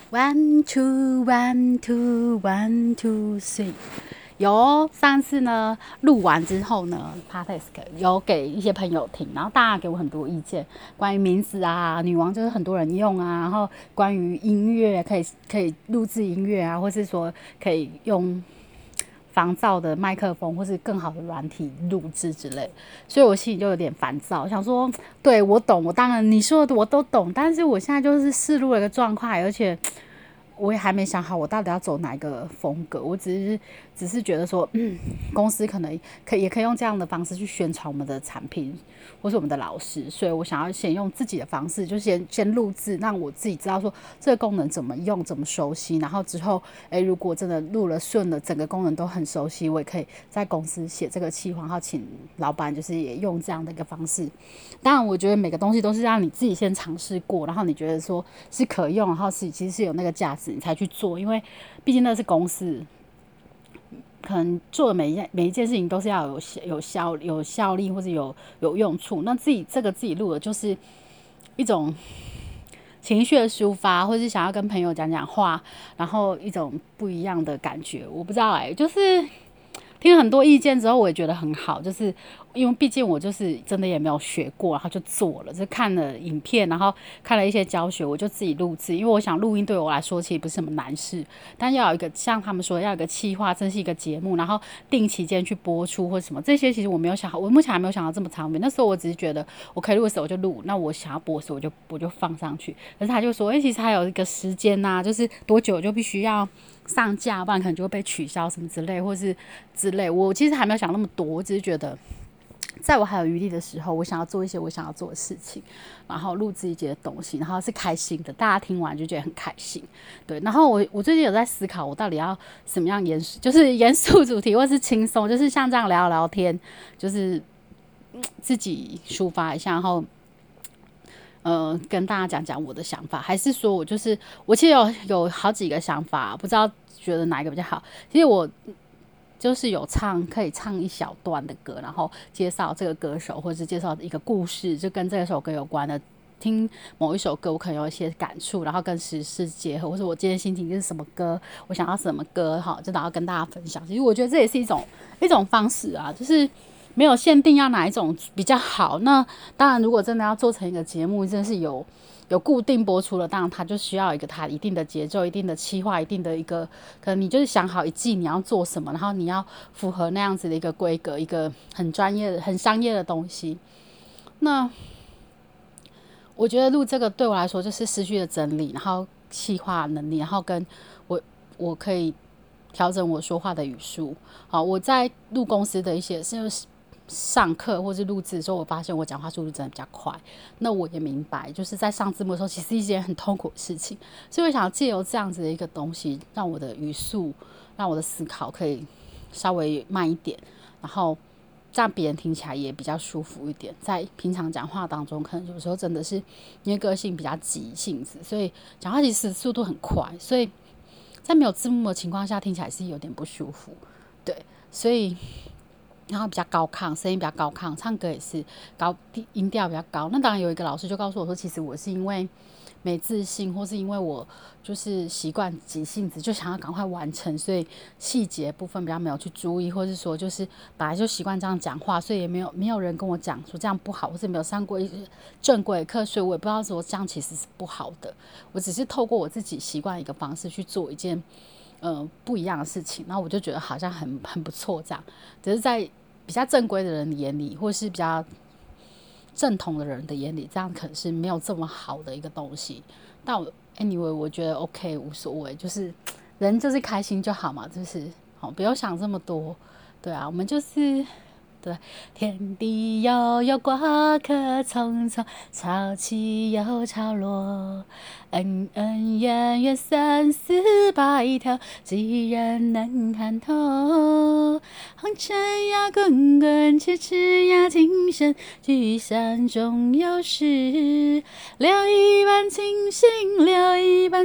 One two one two one two three。有上次呢录完之后呢 ，Podcast 有给一些朋友听，然后大家给我很多意见，关于名字啊，女王就是很多人用啊，然后关于音乐可以录制音乐啊，或是说可以用防噪的麦克风，或是更好的软体录制之类，所以我心里就有点烦躁，想说，对我懂，我当然你说的我都懂，但是我现在就是试录了一个状况，而且我也还没想好我到底要走哪一个风格，我只是觉得说，公司可能也可以用这样的方式去宣传我们的产品，或是我们的老师，所以我想要先用自己的方式，就先录制，让我自己知道说这个功能怎么用，怎么熟悉，然后之后，如果真的录了顺了，整个功能都很熟悉，我也可以在公司写这个企划，然后请老板就是也用这样的一个方式。当然，我觉得每个东西都是让你自己先尝试过，然后你觉得说是可用，然后其实是有那个价值，你才去做，因为毕竟那是公司。可能做的每一件事情都是要有效力或者有用处。那自己录的就是一种情绪的抒发，或是想要跟朋友讲讲话，然后一种不一样的感觉。我不知道就是听了很多意见之后，我也觉得很好，就是因为毕竟我就是真的也没有学过，然后就做了，就看了影片，然后看了一些教学，我就自己录制。因为我想录音对我来说其实不是什么难事，但要有一个像他们说要有一个企划，真是一个节目，然后定期间去播出或什么这些，其实我没有想好，我目前还没有想到这么长远。那时候我只是觉得我可以录的时候我就录，那我想要播的时候我就放上去。可是他就说，其实还有一个时间呐、就是多久就必须要上架，不然可能就会被取消什么之类，或是之类。我其实还没有想那么多，我只是觉得，在我还有余力的时候，我想要做一些我想要做的事情，然后录制一些东西，然后是开心的，大家听完就觉得很开心。对，然后我最近有在思考，我到底要什么样严肃，就是严肃主题，或是轻松，就是像这样聊聊天，就是自己抒发一下，然后跟大家讲讲我的想法，还是说我其实有好几个想法，不知道觉得哪一个比较好。其实我就是可以唱一小段的歌，然后介绍这个歌手，或者是介绍一个故事，就跟这首歌有关的。听某一首歌，我可能有一些感触，然后跟时事结合，或者我今天心情是什么歌，我想要什么歌，好，就然后跟大家分享。其实我觉得这也是一种方式啊，就是没有限定要哪一种比较好。那当然，如果真的要做成一个节目，真的是有固定播出了，当然它就需要它一定的节奏、一定的企划、一定的一个，可能你就是想好一季你要做什么，然后你要符合那样子的一个规格，一个很专业的、很商业的东西。那我觉得录这个对我来说就是思绪的整理，然后企划能力，然后跟我可以调整我说话的语速。好，我在录公司的一些上课或是录制的时候，我发现我讲话速度真的比较快。那我也明白，就是在上字幕的时候，其实是一件很痛苦的事情。所以我想借由这样子的一个东西，让我的语速，让我的思考可以稍微慢一点，然后这样别人听起来也比较舒服一点。在平常讲话当中，可能有时候真的是因为个性比较急性子，所以讲话其实速度很快，所以在没有字幕的情况下，听起来是有点不舒服。对，所以然后比较高亢，声音比较高亢，唱歌也是音调比较高。那当然有一个老师就告诉我说，其实我是因为没自信，或是因为我就是习惯急性子，就想要赶快完成，所以细节部分比较没有去注意，或是说就是本来就习惯这样讲话，所以也没有人跟我讲说这样不好，或是没有上过正规的课，所以我也不知道说这样其实是不好的。我只是透过我自己习惯一个方式去做一件不一样的事情，然后我就觉得好像很不错这样。只是在比较正规的人眼里，或是比较正统的人的眼里，这样可能是没有这么好的一个东西。但anyway，我觉得 OK 无所谓，就是人就是开心就好嘛，就是好不要想这么多。对啊，我们就是对，天地悠悠，过客匆匆，潮起又潮落，恩恩怨怨，生死白头，几人能看透？红尘呀滚滚，痴痴呀情深，聚散终有时。留一半清醒，留一半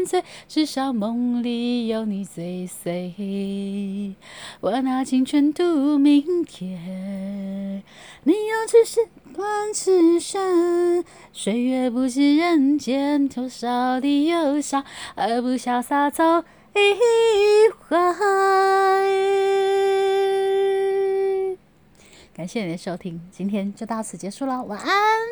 万岁，至少梦里有你追随。我拿青春赌明天，你用痴时光痴身，岁月不知人间多少的忧伤，何不潇洒走一回？感谢你的收听，今天就到此结束了，晚安。